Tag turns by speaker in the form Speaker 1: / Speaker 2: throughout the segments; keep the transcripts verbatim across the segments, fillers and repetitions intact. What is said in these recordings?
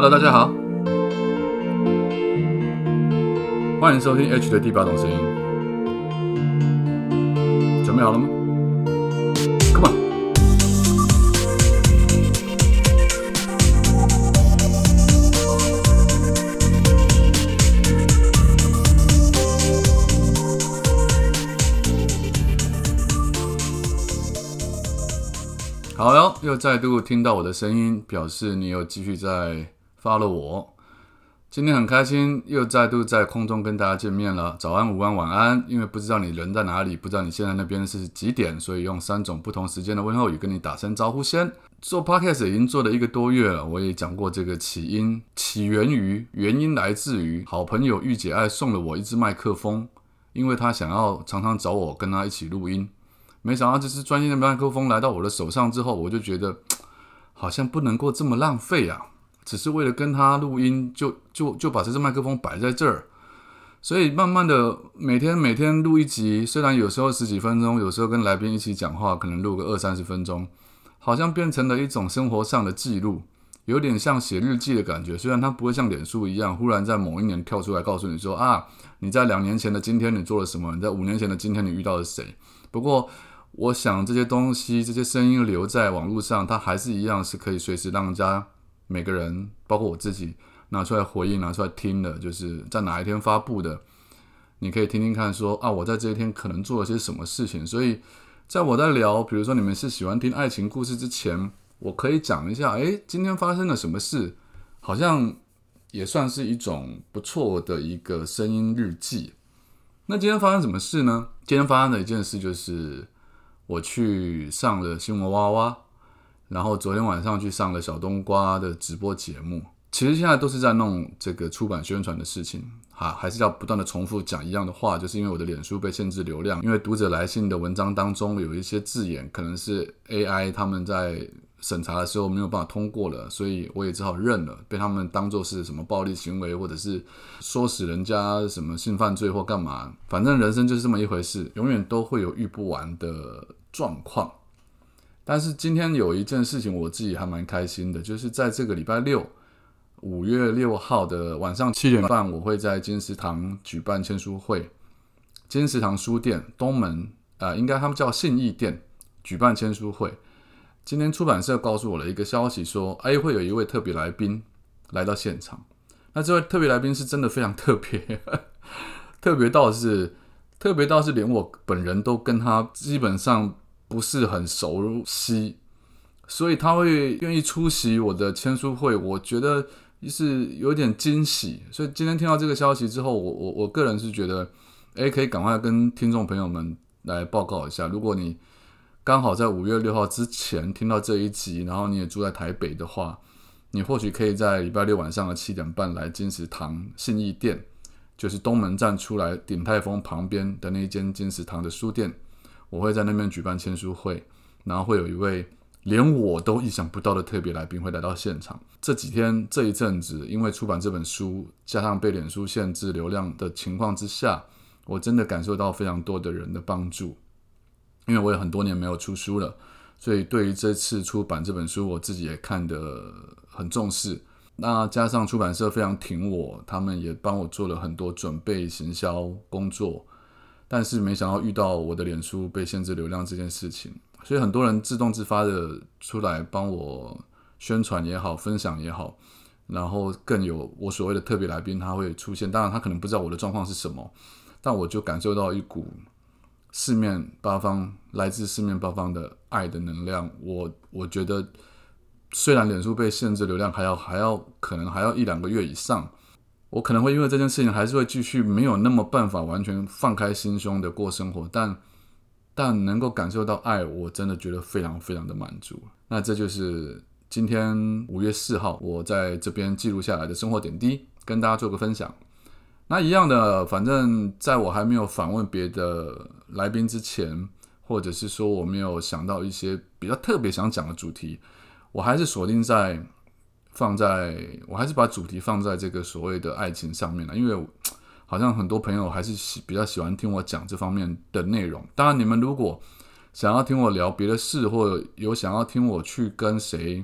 Speaker 1: Hello， 大家好，欢迎收听 H 的第八种声音。准备好了吗 ？Come on！ 好了，又再度听到我的声音，表示你有继续在 follow 我。今天很开心，又再度在空中跟大家见面了。早安、午安、晚安。因为不知道你人在哪里，不知道你现在那边是几点，所以用三种不同时间的问候语跟你打声招呼先。做 podcast 已经做了一个多月了，我也讲过这个起因，起源于，原因来自于好朋友御姐爱送了我一支麦克风，因为他想要常常找我跟他一起录音。没想到这支专业的麦克风来到我的手上之后，我就觉得好像不能够这么浪费啊！只是为了跟他录音就，就就把这支麦克风摆在这儿。所以慢慢的，每天每天录一集，虽然有时候十几分钟，有时候跟来宾一起讲话，可能录个二三十分钟，好像变成了一种生活上的记录，有点像写日记的感觉。虽然它不会像脸书一样，忽然在某一年跳出来告诉你说啊，你在两年前的今天你做了什么，你在五年前的今天你遇到了谁。不过我想这些东西，这些声音留在网络上，它还是一样是可以随时让人家每个人，包括我自己拿出来回应，拿出来听的，就是在哪一天发布的，你可以听听看说啊，我在这一天可能做了些什么事情。所以在我在聊，比如说你们是喜欢听爱情故事之前，我可以讲一下，诶，今天发生了什么事，好像也算是一种不错的一个声音日记。那今天发生什么事呢？今天发生的一件事就是我去上了新闻哇哇，然后昨天晚上去上了小冬瓜的直播节目。其实现在都是在弄这个出版宣传的事情，还是要不断的重复讲一样的话，就是因为我的脸书被限制流量，因为读者来信的文章当中有一些字眼可能是 A I 他们在审查的时候没有办法通过了，所以我也只好认了，被他们当作是什么暴力行为，或者是唆使人家什么性犯罪或干嘛。反正人生就是这么一回事，永远都会有遇不完的状况。但是今天有一件事情我自己还蛮开心的，就是在这个礼拜六五月六号的晚上七点半，我会在金石堂举办签书会。金石堂书店东门、呃、应该他们叫信义店举办签书会。今天出版社告诉我了一个消息说，哎，会有一位特别来宾来到现场。那这位特别来宾是真的非常特别，特别到是特别到是连我本人都跟他基本上不是很熟悉，所以他会愿意出席我的签书会，我觉得是有点惊喜。所以今天听到这个消息之后，我我我个人是觉得，哎，可以赶快跟听众朋友们来报告一下。如果你刚好在五月六号之前听到这一集，然后你也住在台北的话，你或许可以在礼拜六晚上的七点半来金石堂信义店，就是东门站出来鼎泰丰旁边的那一间金石堂的书店，我会在那边举办签书会，然后会有一位连我都意想不到的特别来宾会来到现场。这几天这一阵子，因为出版这本书，加上被脸书限制流量的情况之下，我真的感受到非常多的人的帮助。因为我有很多年没有出书了，所以对于这次出版这本书，我自己也看得很重视。那加上出版社非常挺我，他们也帮我做了很多准备行销工作，但是没想到遇到我的脸书被限制流量这件事情，所以很多人自动自发的出来帮我宣传也好，分享也好，然后更有我所谓的特别来宾他会出现。当然他可能不知道我的状况是什么，但我就感受到一股四面八方来自四面八方的爱的能量。我我觉得虽然脸书被限制流量还要还要可能还要一两个月以上，我可能会因为这件事情还是会继续没有那么办法完全放开心胸的过生活，但但能够感受到爱，我真的觉得非常非常的满足。那这就是今天五月四号我在这边记录下来的生活点滴，跟大家做个分享。那一样的，反正在我还没有访问别的来宾之前，或者是说我没有想到一些比较特别想讲的主题，我还是锁定在放在我还是把主题放在这个所谓的爱情上面了，因为好像很多朋友还是比较喜欢听我讲这方面的内容。当然你们如果想要听我聊别的事，或者有想要听我去跟谁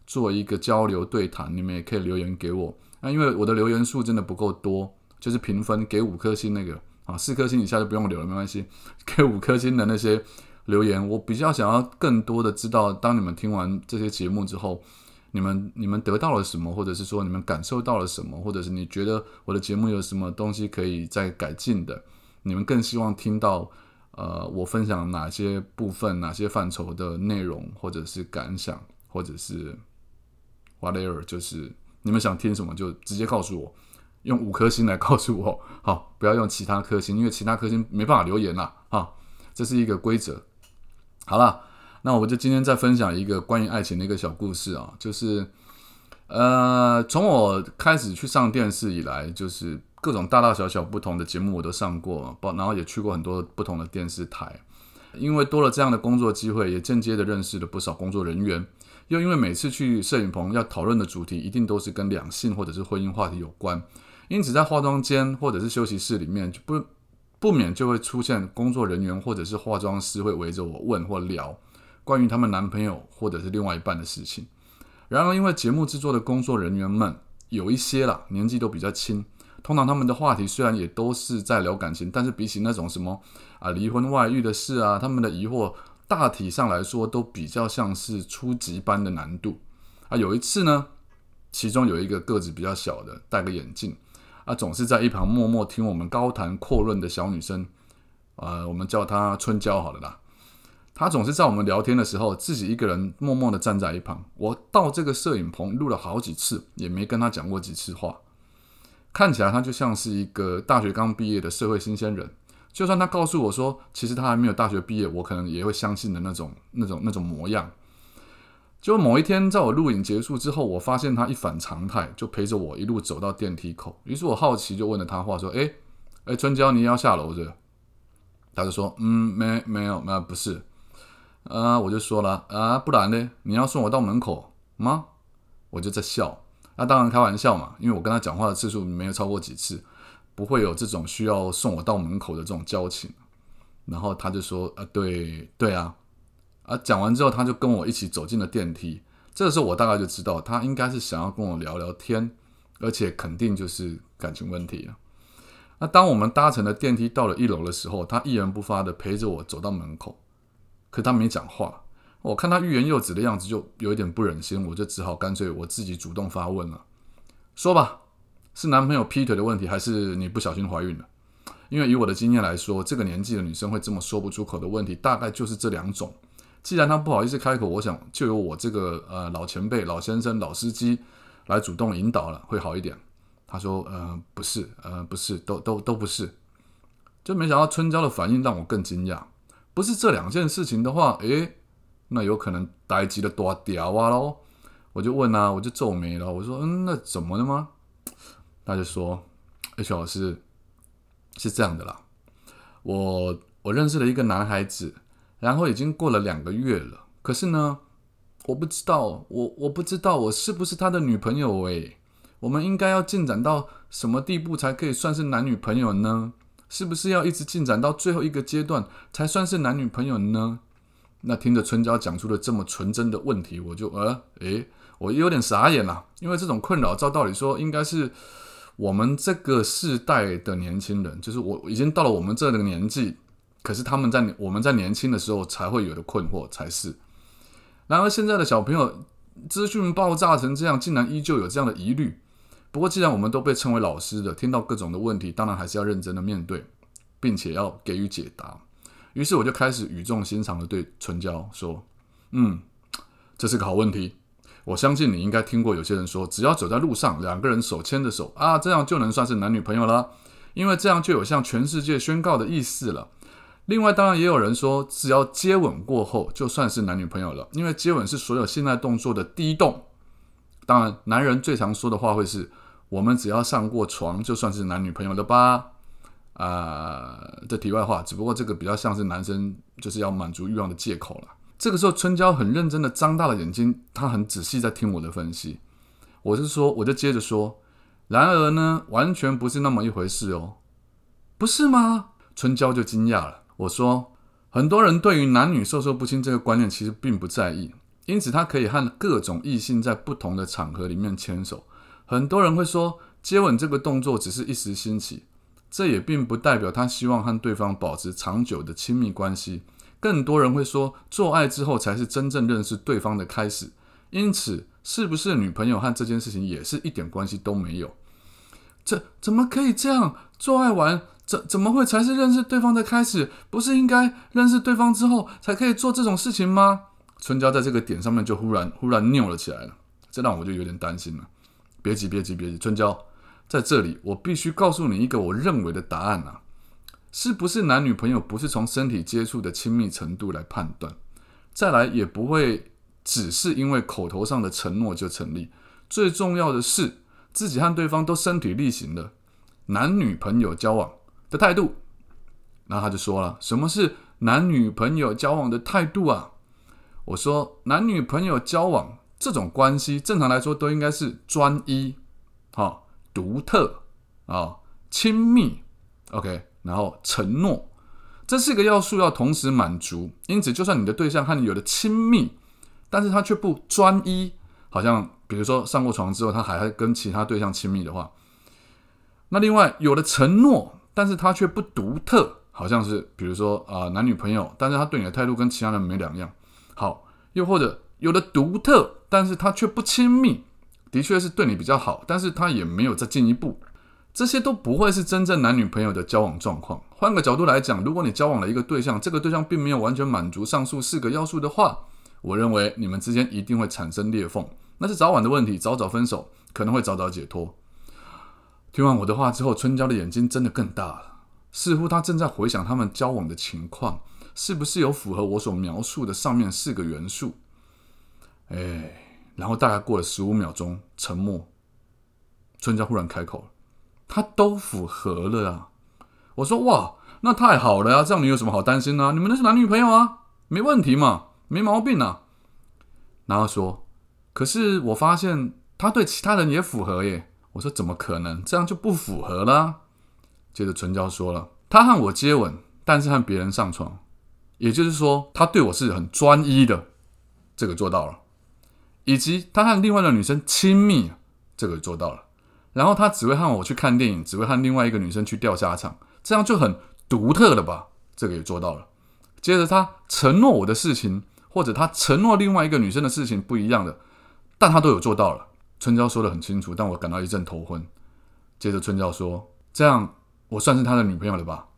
Speaker 1: 做一个交流对谈，你们也可以留言给我。那因为我的留言数真的不够多，就是评分给五颗星那个啊，四颗星以下就不用留了，没关系。给五颗星的那些留言，我比较想要更多的知道，当你们听完这些节目之后，你们你们得到了什么，或者是说你们感受到了什么，或者是你觉得我的节目有什么东西可以再改进的，你们更希望听到呃我分享哪些部分、哪些范畴的内容，或者是感想，或者是 whatever， 就是你们想听什么就直接告诉我，用五颗星来告诉我，好，不要用其他颗星，因为其他颗星没办法留言啦，哈，这是一个规则。好啦，那我就今天再分享一个关于爱情的一个小故事啊，就是呃，从我开始去上电视以来，就是各种大大小小不同的节目我都上过，然后也去过很多不同的电视台。因为多了这样的工作机会，也间接的认识了不少工作人员。又因为每次去摄影棚要讨论的主题一定都是跟两性或者是婚姻话题有关，因此在化妆间或者是休息室里面就不不免就会出现工作人员或者是化妆师会围着我问或聊关于他们男朋友或者是另外一半的事情。然而因为节目制作的工作人员们有一些啦年纪都比较轻，通常他们的话题虽然也都是在聊感情，但是比起那种什么啊离婚外遇的事啊，他们的疑惑大体上来说都比较像是初级班的难度啊。有一次呢，其中有一个个子比较小的，戴个眼镜啊，总是在一旁默默听我们高谈阔论的小女生，呃，我们叫她春娇好了啦。她总是在我们聊天的时候，自己一个人默默的站在一旁。我到这个摄影棚录了好几次，也没跟她讲过几次话。看起来她就像是一个大学刚毕业的社会新鲜人。就算他告诉我说其实他还没有大学毕业，我可能也会相信的那种那种那种模样。就某一天在我录影结束之后，我发现他一反常态，就陪着我一路走到电梯口。于是我好奇就问了他话说，诶诶春娇，你也要下楼是不是？他就说嗯没没有没有不是。呃我就说了啊不然呢，你要送我到门口吗？我就在笑，那、啊、当然开玩笑嘛，因为我跟他讲话的次数没有超过几次，不会有这种需要送我到门口的这种交情。然后他就说啊对对啊啊讲完之后他就跟我一起走进了电梯。这个时候我大概就知道他应该是想要跟我聊聊天，而且肯定就是感情问题了。那当我们搭乘的电梯到了一楼的时候，他一言不发的陪着我走到门口，可他没讲话。我看他欲言又止的样子就有一点不忍心，我就只好干脆我自己主动发问了，说吧，是男朋友劈腿的问题，还是你不小心怀孕了？因为以我的经验来说，这个年纪的女生会这么说不出口的问题，大概就是这两种。既然她不好意思开口，我想就由我这个呃老前辈、老先生、老司机来主动引导了，会好一点。他说：“呃，不是，呃，不是，都都都不是。”就没想到春娇的反应让我更惊讶。不是这两件事情的话，诶，那有可能代志就大条啊咯。我就问啊，我就皱眉了，我说：“嗯，那怎么了吗？”他就说 ：“H 老师是这样的啦，我我认识了一个男孩子，然后已经过了两个月了，可是呢，我不知道，我我不知道我是不是他的女朋友诶。我们应该要进展到什么地步才可以算是男女朋友呢？是不是要一直进展到最后一个阶段才算是男女朋友呢？”那听着春娇讲出了这么纯真的问题，我就呃诶，我有点傻眼啦，因为这种困扰照道理说应该是我们这个世代的年轻人，就是我已经到了我们这个年纪，可是他们在我们在年轻的时候才会有的困惑才是。然而现在的小朋友资讯爆炸成这样，竟然依旧有这样的疑虑。不过既然我们都被称为老师的，听到各种的问题，当然还是要认真的面对，并且要给予解答。于是我就开始语重心长的对春娇说：“嗯，这是个好问题。我相信你应该听过有些人说，只要走在路上，两个人手牵着手啊，这样就能算是男女朋友了，因为这样就有向全世界宣告的意思了。另外，当然也有人说，只要接吻过后，就算是男女朋友了，因为接吻是所有性爱动作的第一动。当然，男人最常说的话会是，我们只要上过床，就算是男女朋友了吧。啊、呃，这题外话，只不过这个比较像是男生就是要满足欲望的借口了。这个时候，春娇很认真的张大了眼睛，她很仔细在听我的分析。我是说，我就接着说，然而呢，完全不是那么一回事哦。不是吗？春娇就惊讶了。我说，很多人对于男女授受不亲这个观念其实并不在意， 因此他可以和各种异性在不同的场合里面牵手。很多人会说，接吻这个动作只是一时兴起，这也并不代表他希望和对方保持长久的亲密关系。更多人会说，做爱之后才是真正认识对方的开始，因此是不是女朋友和这件事情也是一点关系都没有。这怎么可以这样？做爱完怎怎么会才是认识对方的开始？不是应该认识对方之后才可以做这种事情吗？春娇在这个点上面就忽然忽然拗了起来了，这让我就有点担心了。别急别急别急，春娇，在这里我必须告诉你一个我认为的答案啊，是不是男女朋友不是从身体接触的亲密程度来判断，再来也不会只是因为口头上的承诺就成立。最重要的是自己和对方都身体力行了，男女朋友交往的态度。然后他就说了，什么是男女朋友交往的态度啊？我说，男女朋友交往这种关系，正常来说都应该是专一、哦、独特、哦、亲密 OK， 然后承诺，这四个要素要同时满足。因此就算你的对象和你有了亲密，但是他却不专一，好像比如说上过床之后他还跟其他对象亲密的话，那另外有了承诺，但是他却不独特，好像是比如说、呃、男女朋友，但是他对你的态度跟其他人没两样。好，又或者有了独特，但是他却不亲密，的确是对你比较好，但是他也没有再进一步，这些都不会是真正男女朋友的交往状况。换个角度来讲，如果你交往了一个对象，这个对象并没有完全满足上述四个要素的话，我认为你们之间一定会产生裂缝，那是早晚的问题，早早分手可能会早早解脱。听完我的话之后，春娇的眼睛真的更大了，似乎她正在回想他们交往的情况，是不是有符合我所描述的上面四个元素。哎，然后大概过了十五秒钟，沉默。春娇忽然开口了，他都符合了啊！我说哇，那太好了啊，这样你有什么好担心啊？你们那是男女朋友啊，没问题嘛，没毛病啊。然后说，可是我发现他对其他人也符合耶。我说怎么可能？这样就不符合了啊。接着春娇说了，他和我接吻，但是和别人上床，也就是说他对我是很专一的，这个做到了。以及他和另外的女生亲密，这个也做到了。然后他只会和我去看电影，只会和另外一个女生去钓虾场，这样就很独特了吧？这个也做到了。接着他承诺我的事情，或者他承诺另外一个女生的事情不一样的，但他都有做到了。春娇说得很清楚，但我感到一阵头昏。接着春娇说，这样我算是他的女朋友了吧？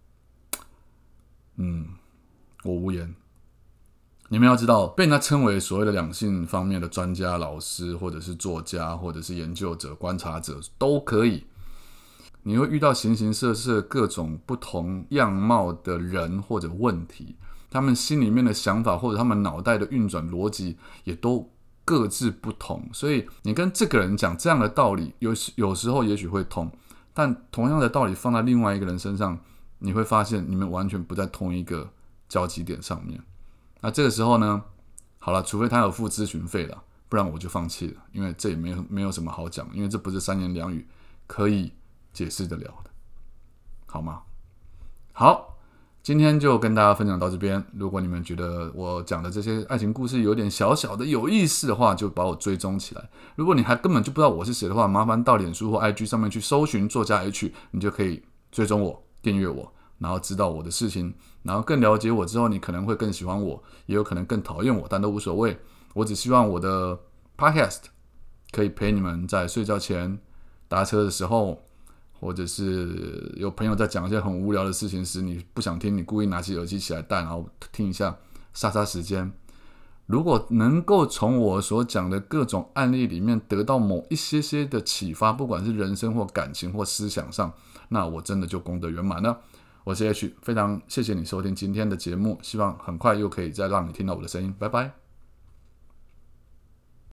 Speaker 1: 嗯，我无言。你们要知道，被人家称为所谓的两性方面的专家、老师，或者是作家，或者是研究者、观察者都可以。你会遇到形形色色各种不同样貌的人或者问题，他们心里面的想法或者他们脑袋的运转逻辑也都各自不同。所以你跟这个人讲这样的道理，有有时候也许会通，但同样的道理放在另外一个人身上，你会发现你们完全不在同一个交集点上面。那这个时候呢，好了，除非他有付咨询费了，不然我就放弃了，因为这也没有没有什么好讲，因为这不是三言两语可以解释得了的，好吗？好，今天就跟大家分享到这边。如果你们觉得我讲的这些爱情故事有点小小的有意思的话，就把我追踪起来。如果你还根本就不知道我是谁的话，麻烦到脸书或 I G 上面去搜寻作家 H， 你就可以追踪我、订阅我，然后知道我的事情，然后更了解我之后，你可能会更喜欢我，也有可能更讨厌我，但都无所谓。我只希望我的 podcast 可以陪你们在睡觉前、搭车的时候，或者是有朋友在讲一些很无聊的事情时，你不想听，你故意拿起耳机起来戴，然后听一下，杀杀时间。如果能够从我所讲的各种案例里面得到某一些些的启发，不管是人生或感情或思想上，那我真的就功德圆满了。我是 H， 非常谢谢你收听今天的节目，希望很快又可以再让你听到我的声音，拜拜。